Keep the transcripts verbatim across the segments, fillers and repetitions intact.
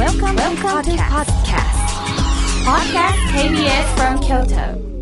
Welcome, Welcome to podcast. Podcast ケービーエス from Kyoto.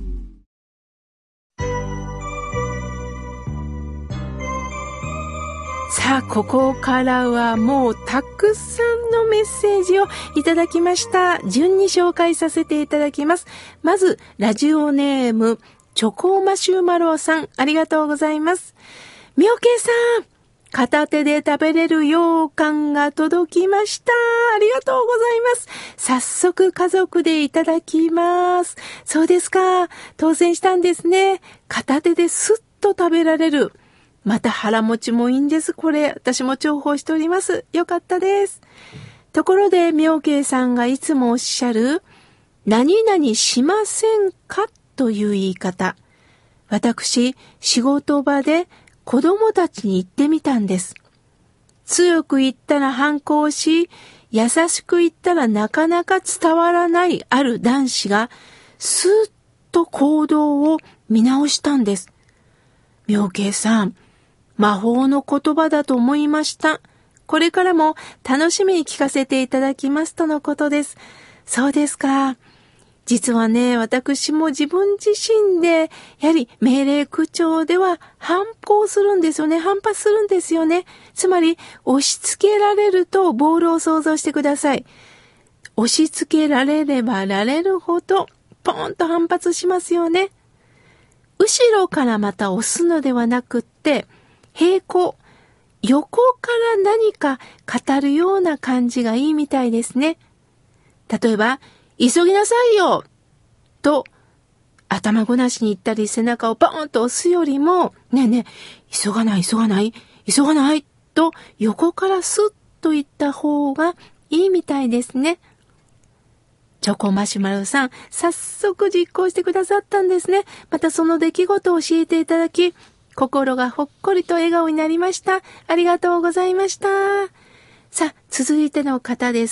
さあ、ここからはもうたくさんのメッセージをいただきました。順に紹介させていただきます。まず、ラジオネーム、チョコマシュマロさん、ありがとうございます。みおけいさん、片手で食べれる羊羹が届きました。ありがとうございます。早速家族でいただきます。そうですか。当選したんですね。片手ですっと食べられる。また腹持ちもいいんです。これ、私も重宝しております。よかったです。ところで、妙慶さんがいつもおっしゃる、何々しませんかという言い方。私、仕事場で子供たちに言ってみたんです。強く言ったら反抗し、優しく言ったらなかなか伝わらないある男子が、スーッと行動を見直したんです。妙慶さん、魔法の言葉だと思いました。これからも楽しみに聞かせていただきますとのことです。そうですか。実はね、私も自分自身で、やはり命令口調では反抗するんですよね。反発するんですよね。つまり、押し付けられるとボールを想像してください。押し付けられればられるほど、ポーンと反発しますよね。後ろからまた押すのではなくって、平行、横から何か語るような感じがいいみたいですね。例えば、急ぎなさいよと頭ごなしに言ったり背中をポーンと押すよりも、ねえねえ、急がない急がない、急がないと横からスッと言った方がいいみたいですね。チョコマシュマロさん、早速実行してくださったんですね。またその出来事を教えていただき、心がほっこりと笑顔になりました。ありがとうございました。さあ、続いての方です。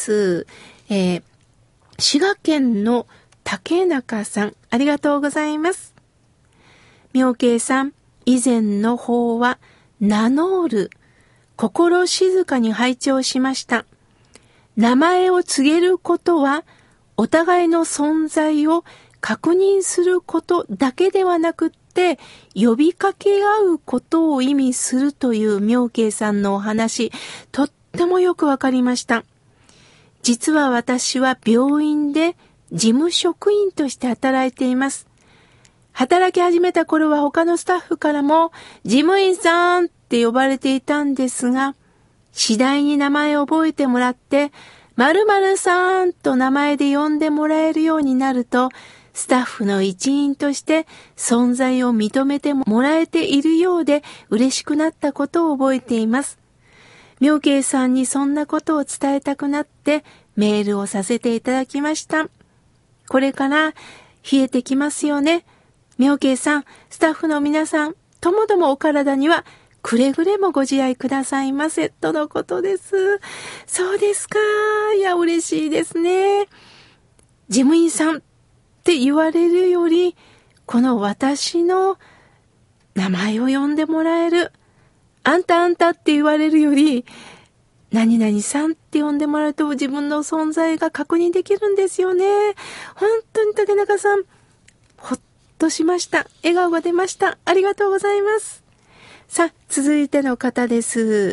えー、滋賀県の竹中さん、ありがとうございます。妙慶さん、以前の方は、名乗る、心静かに拝聴しました。名前を告げることは、お互いの存在を確認することだけではなくって、呼びかけ合うことを意味するという妙慶さんのお話、とってもよくわかりました。実は私は病院で事務職員として働いています。働き始めた頃は他のスタッフからも事務員さんって呼ばれていたんですが、次第に名前を覚えてもらって、〇〇さんと名前で呼んでもらえるようになると、スタッフの一員として存在を認めてもらえているようで嬉しくなったことを覚えています。妙慶さんにそんなことを伝えたくなってメールをさせていただきました。これから冷えてきますよね。妙慶さん、スタッフの皆さん、ともどもお体にはくれぐれもご自愛くださいませとのことです。そうですか。いや、嬉しいですね。事務員さんって言われるより、この私の名前を呼んでもらえる。あんたあんたって言われるより、何々さんって呼んでもらうと自分の存在が確認できるんですよね。本当に竹中さん、ほっとしました。笑顔が出ました。ありがとうございます。さあ、続いての方です。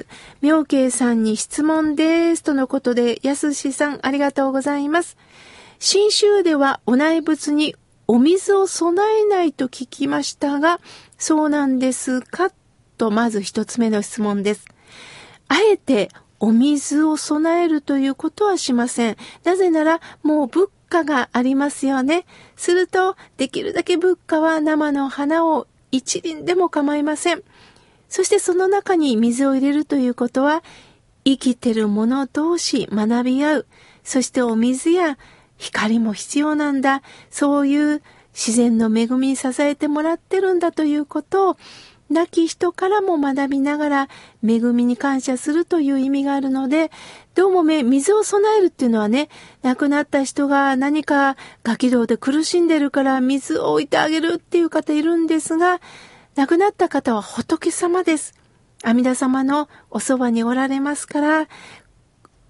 妙慶さんに質問です。とのことで、やすしさん、ありがとうございます。信州ではお内仏にお水を備えないと聞きましたが、そうなんですかと、まず一つ目の質問です。あえてお水を備えるということはしません。なぜなら、もう仏花がありますよね。すると、できるだけ仏花は生の花を一輪でも構いません。そしてその中に水を入れるということは、生きてる者同士学び合う。そしてお水や光も必要なんだ。そういう自然の恵みに支えてもらってるんだということを、亡き人からも学びながら恵みに感謝するという意味があるので、どうも水を備えるっていうのはね、亡くなった人が何かガキ道で苦しんでるから水を置いてあげるっていう方いるんですが、亡くなった方は仏様です。阿弥陀様のおそばにおられますから、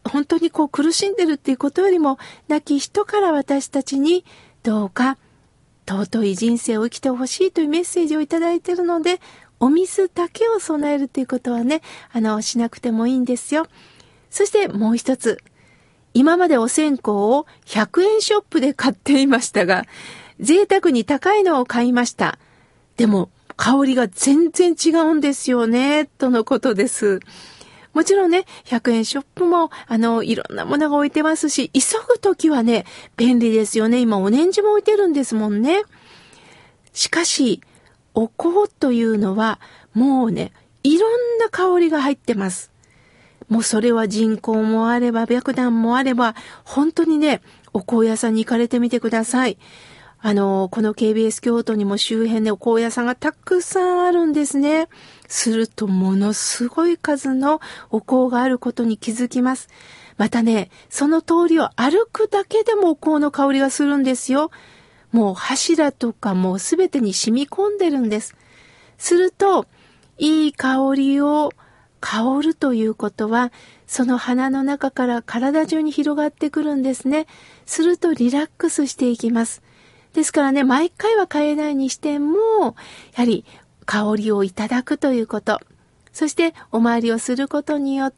本当にこう苦しんでるっていうことよりも、亡き人から私たちにどうか尊い人生を生きてほしいというメッセージをいただいているので、お水だけを備えるということはね、あの、しなくてもいいんですよ。そしてもう一つ。今までお線香をひゃくえんショップで買っていましたが、贅沢に高いのを買いました。でも、香りが全然違うんですよね、とのことです。もちろんね、ひゃくえんショップも、あの、いろんなものが置いてますし、急ぐときはね、便利ですよね。今、お念じも置いてるんですもんね。しかし、お香というのは、もうね、いろんな香りが入ってます。もうそれは人工もあれば、白檀もあれば、本当にね、お香屋さんに行かれてみてください。あの、この ケービーエス 京都にも周辺でお香屋さんがたくさんあるんですね。するとものすごい数のお香があることに気づきます。またね、その通りを歩くだけでもお香の香りがするんですよ。もう柱とかもうすべてに染み込んでるんです。すると、いい香りを香るということは、その鼻の中から体中に広がってくるんですね。するとリラックスしていきます。ですからね、毎回は買えないにしても、やはり香りをいただくということ。そしてお参りをすることによって、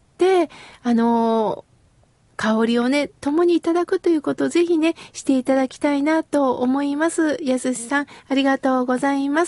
あの、香りをね、共にいただくということをぜひね、していただきたいなと思います。やすしさん、ありがとうございます。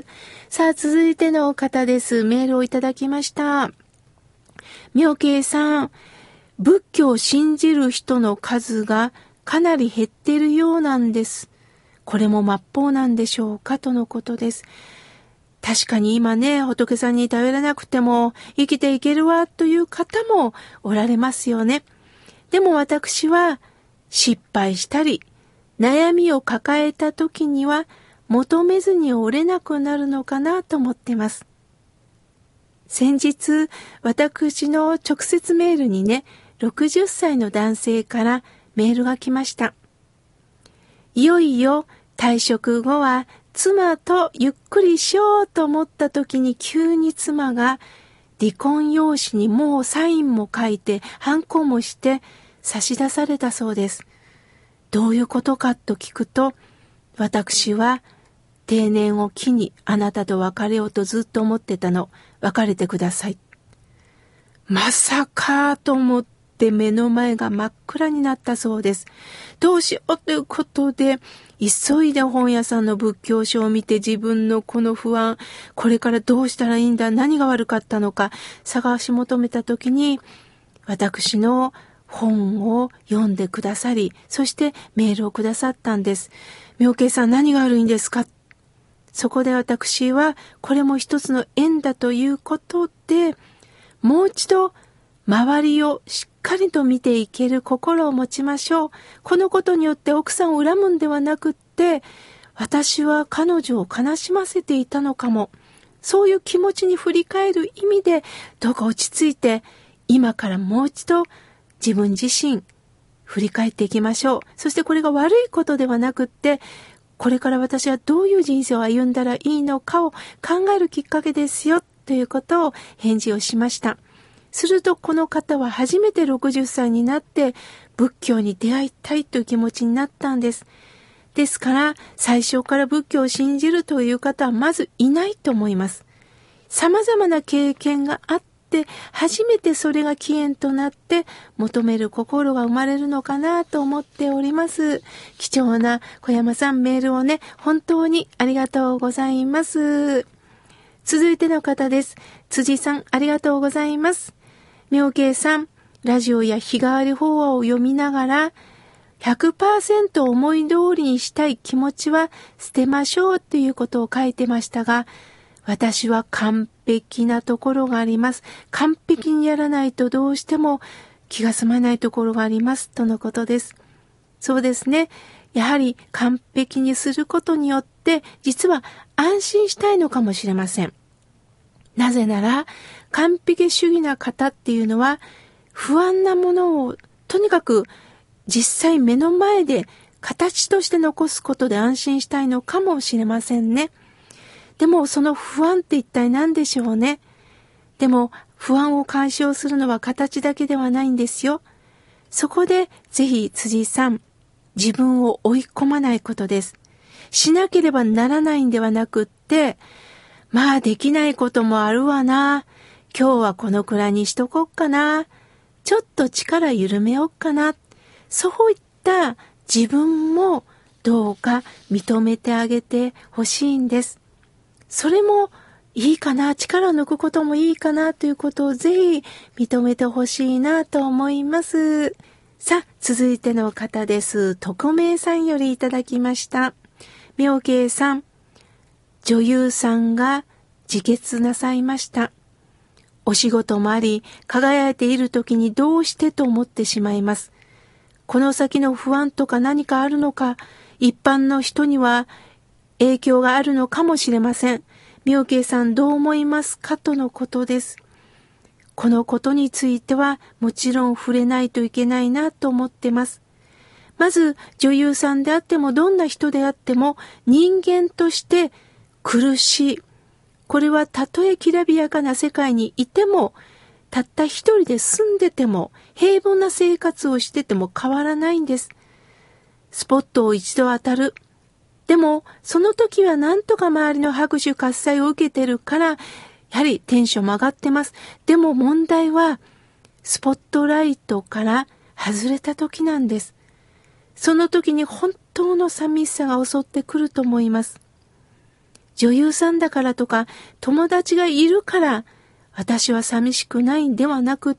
さあ、続いての方です。メールをいただきました。妙慶さん、仏教を信じる人の数がかなり減っているようなんです。これも末法なんでしょうかとのことです。確かに今ね、仏さんに頼らなくても生きていけるわという方もおられますよね。でも私は失敗したり悩みを抱えた時には求めずに折れなくなるのかなと思ってます。先日私の直接メールにね、ろくじゅっさいの男性からメールが来ました。いよいよ退職後は妻とゆっくりしようと思った時に急に妻が離婚用紙にもうサインも書いてハンコもして差し出されたそうです。どういうことかと聞くと、私は定年を機にあなたと別れようとずっと思ってたの。別れてください。まさかと思って目の前が真っ暗になったそうです。どうしようということで、急いで本屋さんの仏教書を見て自分のこの不安、これからどうしたらいいんだ、何が悪かったのか探し求めたときに、私の本を読んでくださり、そしてメールをくださったんです。妙慶さん、何が悪いんですか？そこで私はこれも一つの縁だということで、もう一度周りをしっかりと見ていける心を持ちましょう。このことによって奥さんを恨むんではなくって、私は彼女を悲しませていたのかも。そういう気持ちに振り返る意味で、どうか落ち着いて、今からもう一度自分自身振り返っていきましょう。そしてこれが悪いことではなくって、これから私はどういう人生を歩んだらいいのかを考えるきっかけですよ、ということを返事をしました。するとこの方は初めてろくじゅっさいになって仏教に出会いたいという気持ちになったんです。ですから最初から仏教を信じるという方はまずいないと思います。様々な経験があって初めてそれが起源となって求める心が生まれるのかなと思っております。貴重な小山さんメールをね、本当にありがとうございます。続いての方です。辻さん、ありがとうございます。妙慶さん、ラジオや日替わり法話を読みながら ひゃくパーセント 思い通りにしたい気持ちは捨てましょうということを書いてましたが、私は完璧なところがあります。完璧にやらないとどうしても気が済まないところがありますとのことです。そうですね。やはり完璧にすることによって実は安心したいのかもしれません。なぜなら完璧主義な方っていうのは不安なものをとにかく実際目の前で形として残すことで安心したいのかもしれませんね。でもその不安って一体何でしょうね。でも不安を解消するのは形だけではないんですよ。 そこでぜひ辻さん、自分を追い込まないことです。しなければならないんではなくって、まあできないこともあるわな。今日はこのくらいにしとこっかな。ちょっと力緩めよっかな。そういった自分もどうか認めてあげてほしいんです。それもいいかな、力を抜くこともいいかなということをぜひ認めてほしいなと思います。さあ、続いての方です。匿名さんよりいただきました。妙慶さん、女優さんが自決なさいました。お仕事もあり、輝いている時にどうしてと思ってしまいます。この先の不安とか何かあるのか、一般の人には影響があるのかもしれません。妙慶さんどう思いますかとのことです。このことについてはもちろん触れないといけないなと思ってます。まず女優さんであってもどんな人であっても人間として苦しい。これはたとえきらびやかな世界にいても、たった一人で住んでても、平凡な生活をしてても変わらないんです。スポットを一度当たる。でも、その時はなんとか周りの拍手喝采を受けてるから、やはりテンションも上がってます。でも問題は、スポットライトから外れた時なんです。その時に本当の寂しさが襲ってくると思います。女優さんだからとか、友達がいるから、私は寂しくないんではなくって、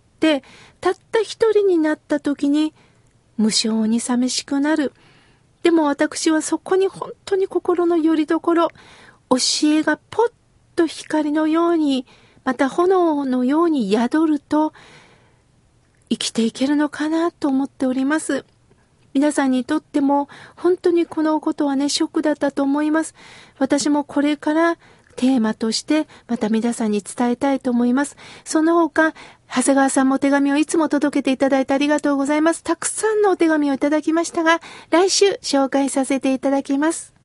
たった一人になった時に、無性に寂しくなる。でも私はそこに本当に心の拠り所、教えがポッと光のように、また炎のように宿ると、生きていけるのかなと思っております。皆さんにとっても本当にこのことはね、ショックだったと思います。私もこれからテーマとしてまた皆さんに伝えたいと思います。その他、長谷川さんもお手紙をいつも届けていただいてありがとうございます。たくさんのお手紙をいただきましたが、来週紹介させていただきます。